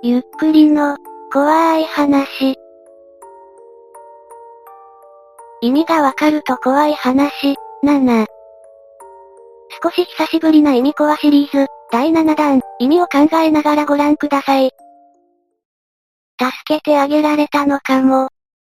ゆっくりの、怖い話。意味がわかると怖い話、7。少し久しぶりな意味コアシリーズ、第7弾、意味を考えながらご覧ください。助けてあげられたのかも。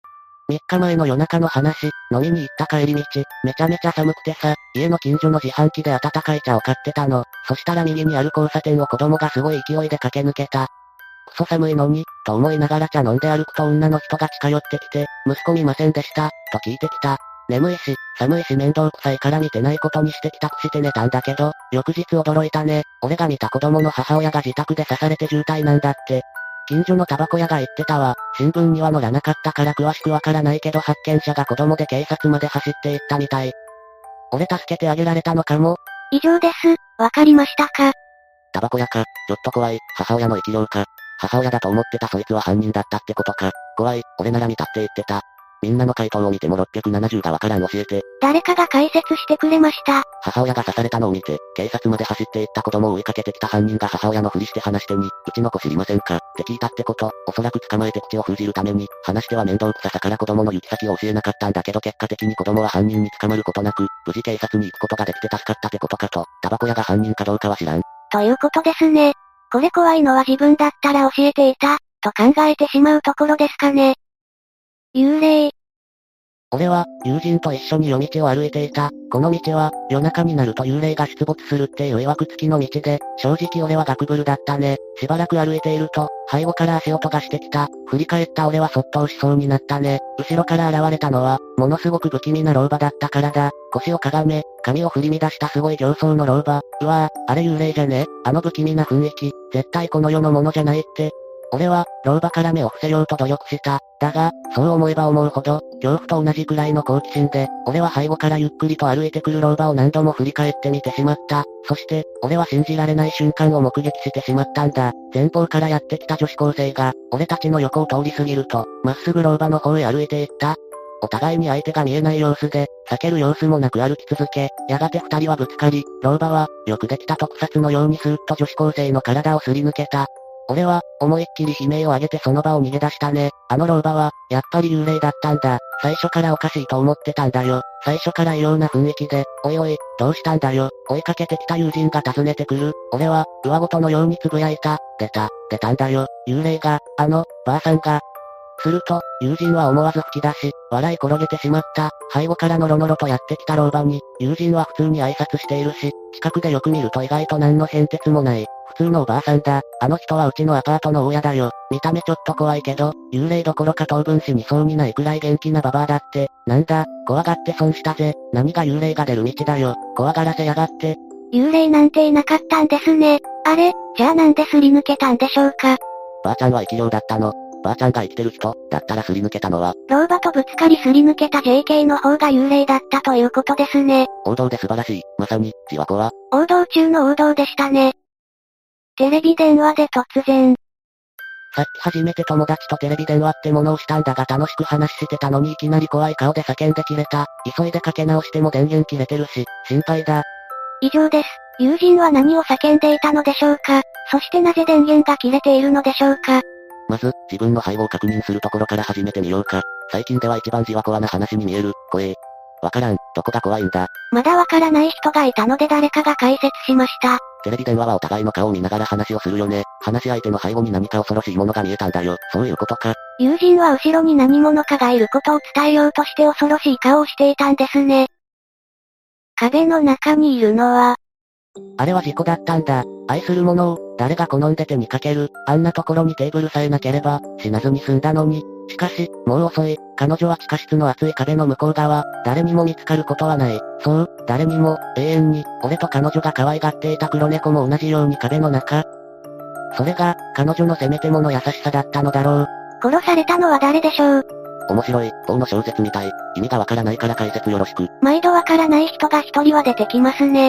3日前の夜中の話、飲みに行った帰り道、めちゃめちゃ寒くてさ、家の近所の自販機で温かい茶を買ってたの。そしたら右にある交差点を子供がすごい勢いで駆け抜けた。クソ寒いのに、と思いながら茶飲んで歩くと女の人が近寄ってきて、息子見ませんでした、と聞いてきた。眠いし、寒いし面倒くさいから見てないことにして帰宅して寝たんだけど、翌日驚いたね。俺が見た子供の母親が自宅で刺されて重体なんだって。近所のタバコ屋が言ってたわ。新聞には載らなかったから詳しくわからないけど発見者が子供で警察まで走って行ったみたい。俺助けてあげられたのかも。 以上です。わかりましたか？ タバコ屋か、ちょっと怖い。母親の生き量か。母親だと思ってたそいつは犯人だったってことか。怖い、俺なら見たって言ってた。みんなの回答を見ても670がわからん教えて。 誰かが解説してくれました。 母親が刺されたのを見て、警察まで走って行った子供を追いかけてきた犯人が母親のふりして話してに、うちの子知りませんかって聞いたってこと。おそらく捕まえて口を封じるために、話しては面倒くささから子供の行き先を教えなかったんだけど結果的に子供は犯人に捕まることなく、無事警察に行くことができて助かったってことかと。タバコ屋が犯人かどうかは知らん。 ということですね。これ怖いのは自分だったら教えていた、と考えてしまうところですかね。幽霊。 俺は、友人と一緒に夜道を歩いていた。この道は、夜中になると幽霊が出没するっていう曰く付きの道で、正直俺はガクブルだったね。しばらく歩いていると、背後から足音がしてきた。振り返った俺はそっと押しそうになったね。後ろから現れたのは、ものすごく不気味な老婆だったからだ。腰をかがめ、髪を振り乱したすごい形相の老婆。うわぁ、あれ幽霊じゃね？あの不気味な雰囲気、絶対この世のものじゃないって。俺は、老婆から目を伏せようと努力した。だが、そう思えば思うほど、恐怖と同じくらいの好奇心で、俺は背後からゆっくりと歩いてくる老婆を何度も振り返ってみてしまった。そして、俺は信じられない瞬間を目撃してしまったんだ。前方からやってきた女子高生が、俺たちの横を通り過ぎると、まっすぐ老婆の方へ歩いていった。お互いに相手が見えない様子で、避ける様子もなく歩き続け、やがて二人はぶつかり、老婆は、よくできた特撮のようにスーッと女子高生の体をすり抜けた。俺は、思いっきり悲鳴を上げてその場を逃げ出したね。あの老婆は、やっぱり幽霊だったんだ。最初からおかしいと思ってたんだよ。最初から異様な雰囲気で、おいおい、どうしたんだよ。追いかけてきた友人が訪ねてくる。俺は、上ごとのようにつぶやいた。出たんだよ。幽霊が、ばあさんが。すると、友人は思わず吹き出し、笑い転げてしまった。背後からノロノロとやってきた老婆に、友人は普通に挨拶しているし、近くでよく見ると意外と何の変哲もない。普通のおばあさんだ。あの人はうちのアパートの大家だよ。見た目ちょっと怖いけど、幽霊どころか当分死にそうにないくらい元気なババアだって。なんだ、怖がって損したぜ。何が幽霊が出る道だよ。怖がらせやがって。 幽霊なんていなかったんですね。あれ、じゃあなんですり抜けたんでしょうか。 ばあちゃんは生き量だったの。ばあちゃんが生きてる人、だったらすり抜けたのは。 老婆とぶつかりすり抜けた JK の方が幽霊だったということですね。 王道で素晴らしい。まさに、じわこは。 王道中の王道でしたね。テレビ電話で突然。 さっき初めて友達とテレビ電話ってものをしたんだが楽しく話してたのにいきなり怖い顔で叫んで切れた。急いでかけ直しても電源切れてるし、心配だ。 以上です。友人は何を叫んでいたのでしょうか。そしてなぜ電源が切れているのでしょうか。 まず、自分の背後を確認するところから始めてみようか。最近では一番じわこわな話に見える、怖え。わからん、どこが怖いんだ。 まだわからない人がいたので誰かが解説しました。 テレビ電話はお互いの顔を見ながら話をするよね。話し相手の背後に何か恐ろしいものが見えたんだよ。そういうことか。 友人は後ろに何者かがいることを伝えようとして恐ろしい顔をしていたんですね。壁の中にいるのは、 あれは事故だったんだ。愛するものを、誰が好んで手にかける。あんなところにテーブルさえなければ、死なずに済んだのに。しかし、もう遅い。彼女は地下室の厚い壁の向こう側、誰にも見つかることはない。そう、誰にも、永遠に、俺と彼女が可愛がっていた黒猫も同じように壁の中。それが、彼女のせめてもの優しさだったのだろう。 殺されたのは誰でしょう。 面白い、法の小説みたい。意味がわからないから解説よろしく。 毎度わからない人が一人は出てきますね。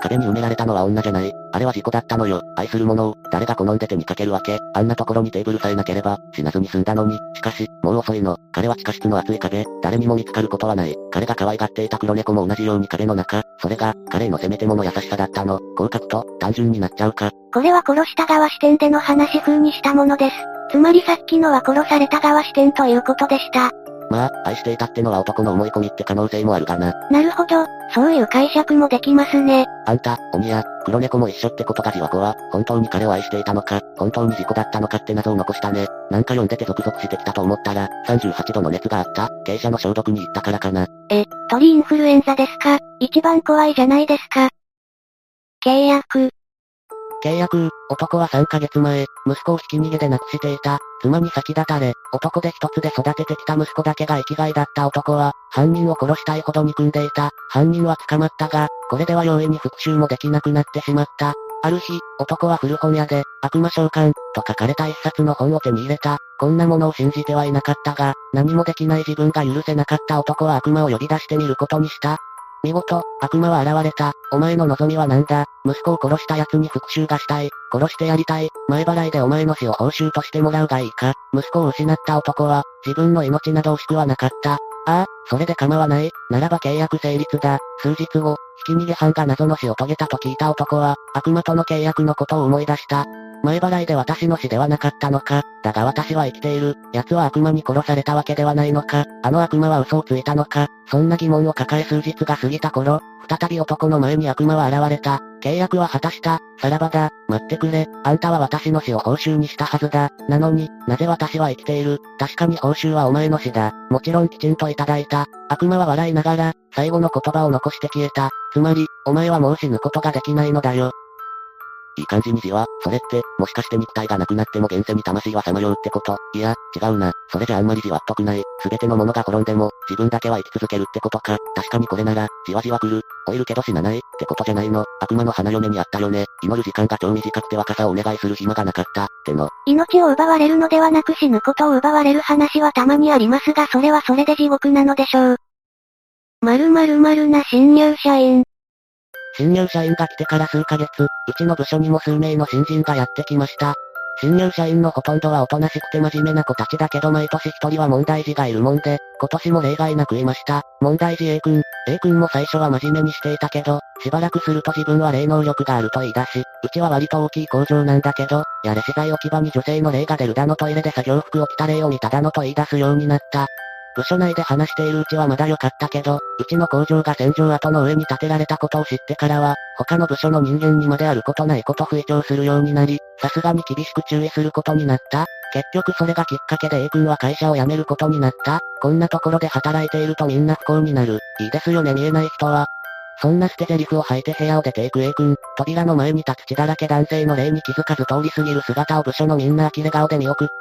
壁に埋められたのは女じゃない。あれは事故だったのよ。愛する者を、誰が好んで手にかけるわけ。あんなところにテーブルさえなければ、死なずに済んだのに。しかし、もう遅いの。彼は地下室の厚い壁、誰にも見つかることはない。彼が可愛がっていた黒猫も同じように壁の中。それが、彼へのせめてもの優しさだったの。こう書くと、単純になっちゃうか。 これは殺した側視点での話風にしたものです。つまりさっきのは殺された側視点ということでした。 まあ、愛していたってのは男の思い込みって可能性もあるがな。 なるほど、そういう解釈もできますね。 あんた、鬼や、黒猫も一緒ってことがじわこは、本当に彼を愛していたのか、本当に事故だったのかって謎を残したね。なんか読んでてゾクゾクしてきたと思ったら、38度の熱があった、傾斜の消毒に行ったからかな。 鳥インフルエンザですか？一番怖いじゃないですか。契約、 男は3ヶ月前、息子をひき逃げで亡くしていた。妻に先立たれ、男で一つで育ててきた息子だけが生きがいだった男は、犯人を殺したいほど憎んでいた。犯人は捕まったが、これでは容易に復讐もできなくなってしまった。ある日、男は古本屋で、悪魔召喚、と書かれた一冊の本を手に入れた。こんなものを信じてはいなかったが、何もできない自分が許せなかった男は悪魔を呼び出してみることにした。見事、悪魔は現れた。お前の望みは何だ？息子を殺した奴に復讐がしたい。殺してやりたい。前払いでお前の死を報酬としてもらうがいいか？息子を失った男は、自分の命など惜しくはなかった。ああ、それで構わない。ならば契約成立だ。数日後、ひき逃げ犯が謎の死を遂げたと聞いた男は、悪魔との契約のことを思い出した。前払いで私の死ではなかったのか。だが私は生きている。奴は悪魔に殺されたわけではないのか。あの悪魔は嘘をついたのか。そんな疑問を抱え数日が過ぎた頃、再び男の前に悪魔は現れた。契約は果たした。さらばだ。待ってくれ。あんたは私の死を報酬にしたはずだ。なのに、なぜ私は生きている？確かに報酬はお前の死だ。もちろんきちんといただいた。悪魔は笑いながら、最後の言葉を残して消えた。つまり、お前はもう死ぬことができないのだよ。いい感じにじわ。それって、もしかして肉体がなくなっても現世に魂はさまようってこと？いや、違うな。それじゃあんまりじわっとくない。すべてのものが滅んでも、自分だけは生き続けるってことか。確かにこれなら、じわじわ来る。老いるけど死なない、ってことじゃないの。悪魔の花嫁にあったよね。祈る時間が超短くて若さをお願いする暇がなかった、っての。 命を奪われるのではなく死ぬことを奪われる話はたまにありますがそれはそれで地獄なのでしょう。〇〇〇な新入社員。 新入社員が来てから数ヶ月、うちの部署にも数名の新人がやってきました。新入社員のほとんどはおとなしくて真面目な子たちだけど毎年一人は問題児がいるもんで、今年も例外なくいました。問題児 A 君。A 君も最初は真面目にしていたけど、しばらくすると自分は霊能力があると言い出し、うちは割と大きい工場なんだけど、やれ資材置き場に女性の霊が出るだのトイレで作業服を着た霊を見ただのと言い出すようになった。部署内で話しているうちはまだ良かったけど、うちの工場が戦場跡の上に建てられたことを知ってからは、他の部署の人間にまであることないこと吹聴するようになり、さすがに厳しく注意することになった。結局それがきっかけで A 君は会社を辞めることになった。こんなところで働いているとみんな不幸になる。いいですよね見えない人は。そんな捨て台詞を吐いて部屋を出ていく A 君、扉の前に立つ血だらけ男性の霊に気づかず通り過ぎる姿を部署のみんな呆れ顔で見送った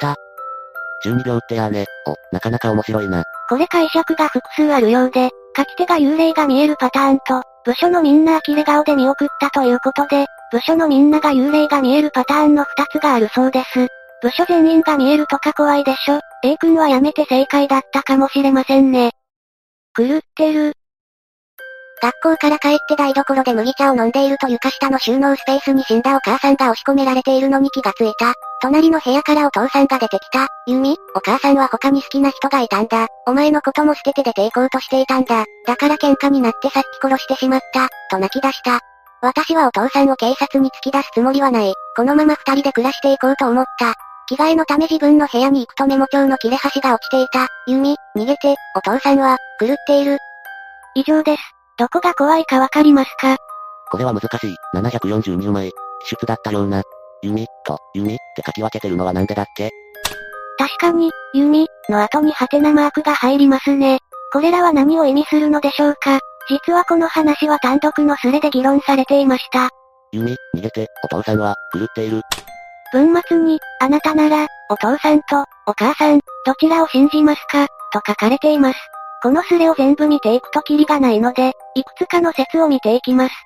。12秒ってやーね。なかなか面白いな。 これ解釈が複数あるようで、書き手が幽霊が見えるパターンと、部署のみんな呆れ顔で見送ったということで、部署のみんなが幽霊が見えるパターンの2つがあるそうです。部署全員が見えるとか怖いでしょ。A 君はやめて正解だったかもしれませんね。狂ってる。 学校から帰って台所で麦茶を飲んでいると床下の収納スペースに死んだお母さんが押し込められているのに気がついた。隣の部屋からお父さんが出てきた。ユミ、お母さんは他に好きな人がいたんだ。お前のことも捨てて出て行こうとしていたんだ。だから喧嘩になってさっき殺してしまった。と泣き出した。私はお父さんを警察に突き出すつもりはない。このまま二人で暮らしていこうと思った。着替えのため自分の部屋に行くとメモ帳の切れ端が落ちていた。ユミ、逃げて、お父さんは、狂っている。 以上です。どこが怖いかわかりますか？ これは難しい。742枚。出だったような。弓と、弓って書き分けてるのはなんでだっけ？ 確かに、弓の後にハテナマークが入りますね。これらは何を意味するのでしょうか？実はこの話は単独のスレで議論されていました。 弓、逃げて、お父さんは、狂っている。 文末に、あなたなら、お父さんと、お母さん、どちらを信じますか？と書かれています。このスレを全部見ていくとキリがないので、いくつかの説を見ていきます。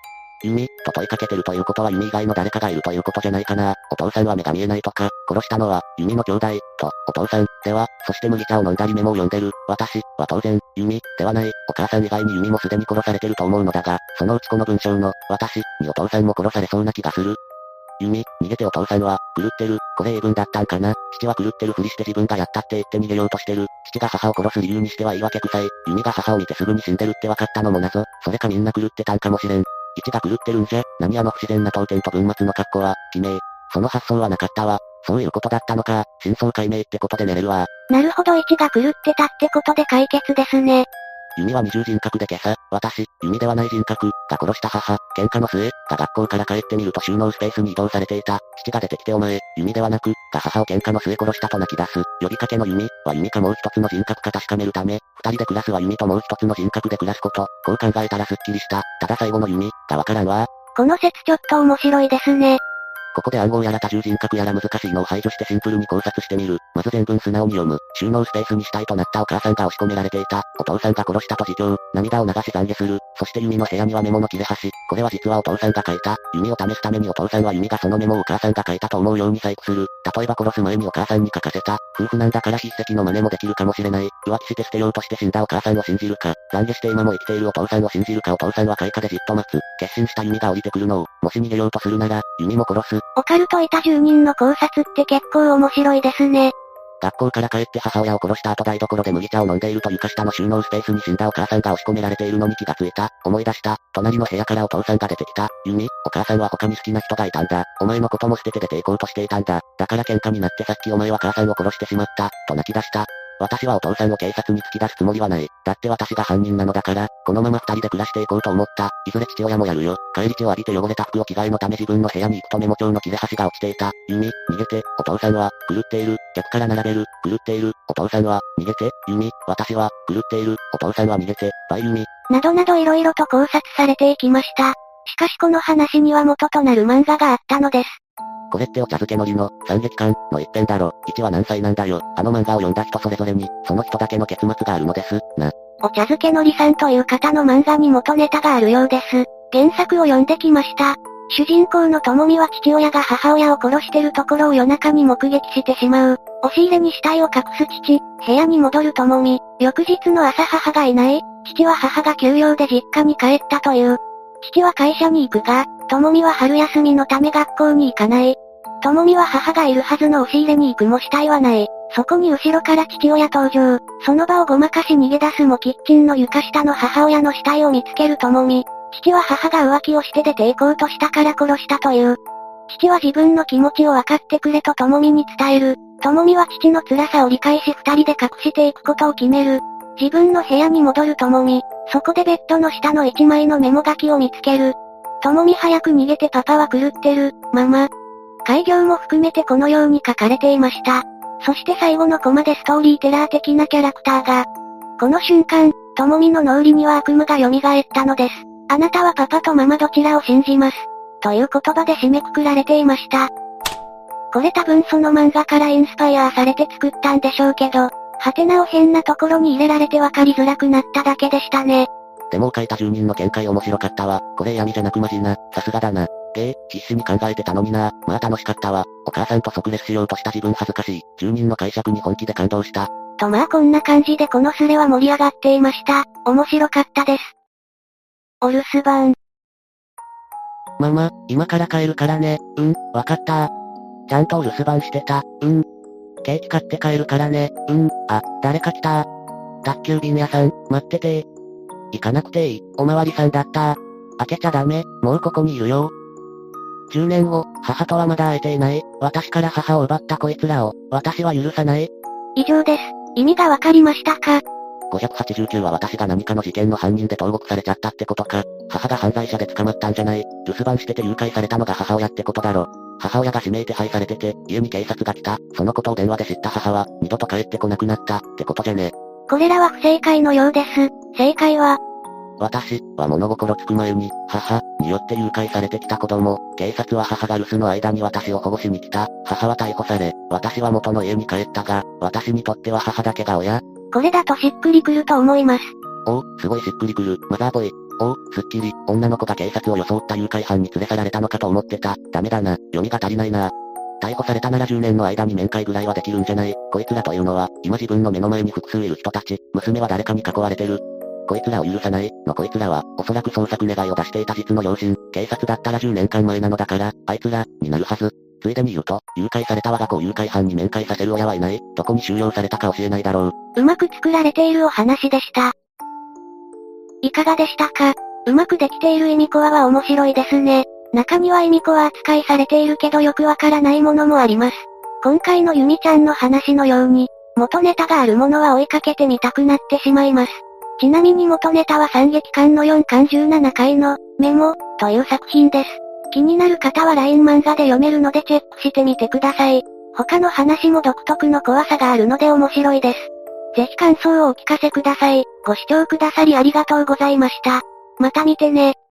ユミ、と問いかけてるということはユミ以外の誰かがいるということじゃないかな。お父さんは目が見えないとか、殺したのは、ユミの兄弟、と、お父さん、では、そして麦茶を飲んだりメモを読んでる、私、は当然、ユミ、ではない、お母さん以外にユミもすでに殺されてると思うのだが、そのうちこの文章の、私、にお父さんも殺されそうな気がする。ユミ、逃げてお父さんは、狂ってる、これ英文だったんかな。父は狂ってるふりして自分がやったって言って逃げようとしてる。父が母を殺す理由にしては言い訳臭い。ユミが母を見てすぐに死んでるって分かったのも謎。それかみんな狂ってたんかもしれん。一が狂ってるんじゃ、何あの不自然な当店と文末の格好は、記名。その発想はなかったわ。そういうことだったのか、真相解明ってことで寝れるわ。 なるほど、一が狂ってたってことで解決ですね。 ユミは二重人格で今朝、私、ユミではない人格、が殺した母、喧嘩の末、が学校から帰ってみると収納スペースに移動されていた。父が出てきてお前、ユミではなく、が母を喧嘩の末殺したと泣き出す。呼びかけのユミ、はユミかもう一つの人格か確かめるため、二人で暮らすはユミともう一つの人格で暮らすこと、こう考えたらすっきりした。ただ最後のユミ、がわからんわ。 この説ちょっと面白いですね。 ここで暗号やら多重人格やら難しいのを排除してシンプルに考察してみる。まず全文素直に読む。収納スペースにしたいとなったお母さんが押し込められていた。お父さんが殺したと自供。涙を流し懺悔する。そしてユミの部屋にはメモの切れ端。これは実はお父さんが書いた。ユミを試すためにお父さんはユミがそのメモをお母さんが書いたと思うように細工する。例えば殺す前にお母さんに書かせた。夫婦なんだから筆跡の真似もできるかもしれない。浮気して捨てようとして死んだお母さんを信じるか。懺悔して今も生きているお父さんを信じるか。お父さんは開花でじっと待つ。決心したユミが降りてくるのを。もし逃げようとするなら、ユミも殺す。 オカルトいた住人の考察って結構面白いですね。 学校から帰って母親を殺した後台所で麦茶を飲んでいると床下の収納スペースに死んだお母さんが押し込められているのに気がついた。思い出した。隣の部屋からお父さんが出てきた。ユミ、お母さんは他に好きな人がいたんだ。お前のことも捨てて出て行こうとしていたんだ。だから喧嘩になってさっきお前は母さんを殺してしまった。と泣き出した。私はお父さんを警察に突き出すつもりはない。だって私が犯人なのだから、このまま二人で暮らしていこうと思った。いずれ父親もやるよ。帰り血を浴びて汚れた服を着替えのため自分の部屋に行くとメモ帳の切れ端が落ちていた。ユミ、逃げて、お父さんは、狂っている。逆から並べる、狂っている。お父さんは、逃げて、ユミ、私は、狂っている。お父さんは逃げて、バイユミ。 などなど色々と考察されていきました。しかしこの話には元となる漫画があったのです。 これってお茶漬けのりの、惨劇館の一編だろ。1は何歳なんだよ。あの漫画を読んだ人それぞれに、その人だけの結末があるのです。な。 お茶漬けのりさんという方の漫画に元ネタがあるようです。原作を読んできました。主人公のともみは父親が母親を殺してるところを夜中に目撃してしまう。押し入れに死体を隠す父、部屋に戻るともみ。翌日の朝母がいない。父は母が休養で実家に帰ったという。父は会社に行くが、ともみは春休みのため学校に行かない。ともみは母がいるはずの押し入れに行くも死体はない。そこに後ろから父親登場。その場をごまかし逃げ出すもキッチンの床下の母親の死体を見つけるともみ。父は母が浮気をして出て行こうとしたから殺したという。父は自分の気持ちを分かってくれとともみに伝える。ともみは父の辛さを理解し二人で隠していくことを決める。自分の部屋に戻るともみ。そこでベッドの下の一枚のメモ書きを見つける。ともみ早く逃げてパパは狂ってる、ママ。開業も含めてこのように書かれていました。そして最後のコマでストーリーテラー的なキャラクターが。この瞬間、ともみの脳裏には悪夢が蘇ったのです。あなたはパパとママどちらを信じます。という言葉で締めくくられていました。これ多分その漫画からインスパイアされて作ったんでしょうけど、ハテナを変なところに入れられて分かりづらくなっただけでしたね。 デモを書いた住人の見解面白かったわ。これ闇じゃなくマジな。さすがだな。必死に考えてたのにな。まあ楽しかったわ。お母さんと即レスしようとした自分恥ずかしい。住人の解釈に本気で感動した。 とまあこんな感じでこのスレは盛り上がっていました。面白かったです。お留守番。 ママ、今から帰るからね。わかった。ちゃんとお留守番してた。ケーキ買って帰るからね。あ、誰か来た。宅急便屋さん、待ってて。行かなくていい。おまわりさんだった。開けちゃダメ。もうここにいるよ。10年後、母とはまだ会えていない。私から母を奪ったこいつらを、私は許さない。 以上です。意味がわかりましたか ？589は私が何かの事件の犯人で投獄されちゃったってことか。母が犯罪者で捕まったんじゃない。留守番してて誘拐されたのが母親ってことだろ。母親が指名手配されてて、家に警察が来た。そのことを電話で知った母は、二度と帰ってこなくなったってことじゃね。 これらは不正解のようです。正解は、 私は物心つく前に、母によって誘拐されてきた子供。警察は母が留守の間に私を保護しに来た。母は逮捕され、私は元の家に帰ったが、私にとっては母だけが親。 これだとしっくりくると思います。 おう、すごいしっくりくる。マザーボーイ。 おう、すっきり、女の子が警察を装った誘拐犯に連れ去られたのかと思ってた。ダメだな、読みが足りないな。逮捕されたなら10年の間に面会ぐらいはできるんじゃない？こいつらというのは、今自分の目の前に複数いる人たち、娘は誰かに囲われてる。こいつらを許さない、のこいつらは、おそらく捜索願いを出していた実の両親、警察だったら10年間前なのだから、あいつら、になるはず。ついでに言うと、誘拐された我が子を誘拐犯に面会させる親はいない、どこに収容されたか教えないだろう。 うまく作られているお話でした。いかがでしたか？うまくできているイミコアは面白いですね。中にはイミコア扱いされているけどよくわからないものもあります。今回のユミちゃんの話のように、元ネタがあるものは追いかけてみたくなってしまいます。ちなみに元ネタは3劇巻の4巻17回の、メモ、という作品です。気になる方は LINE 漫画で読めるのでチェックしてみてください。他の話も独特の怖さがあるので面白いです。ぜひ感想をお聞かせください。ご視聴くださりありがとうございました。また見てね。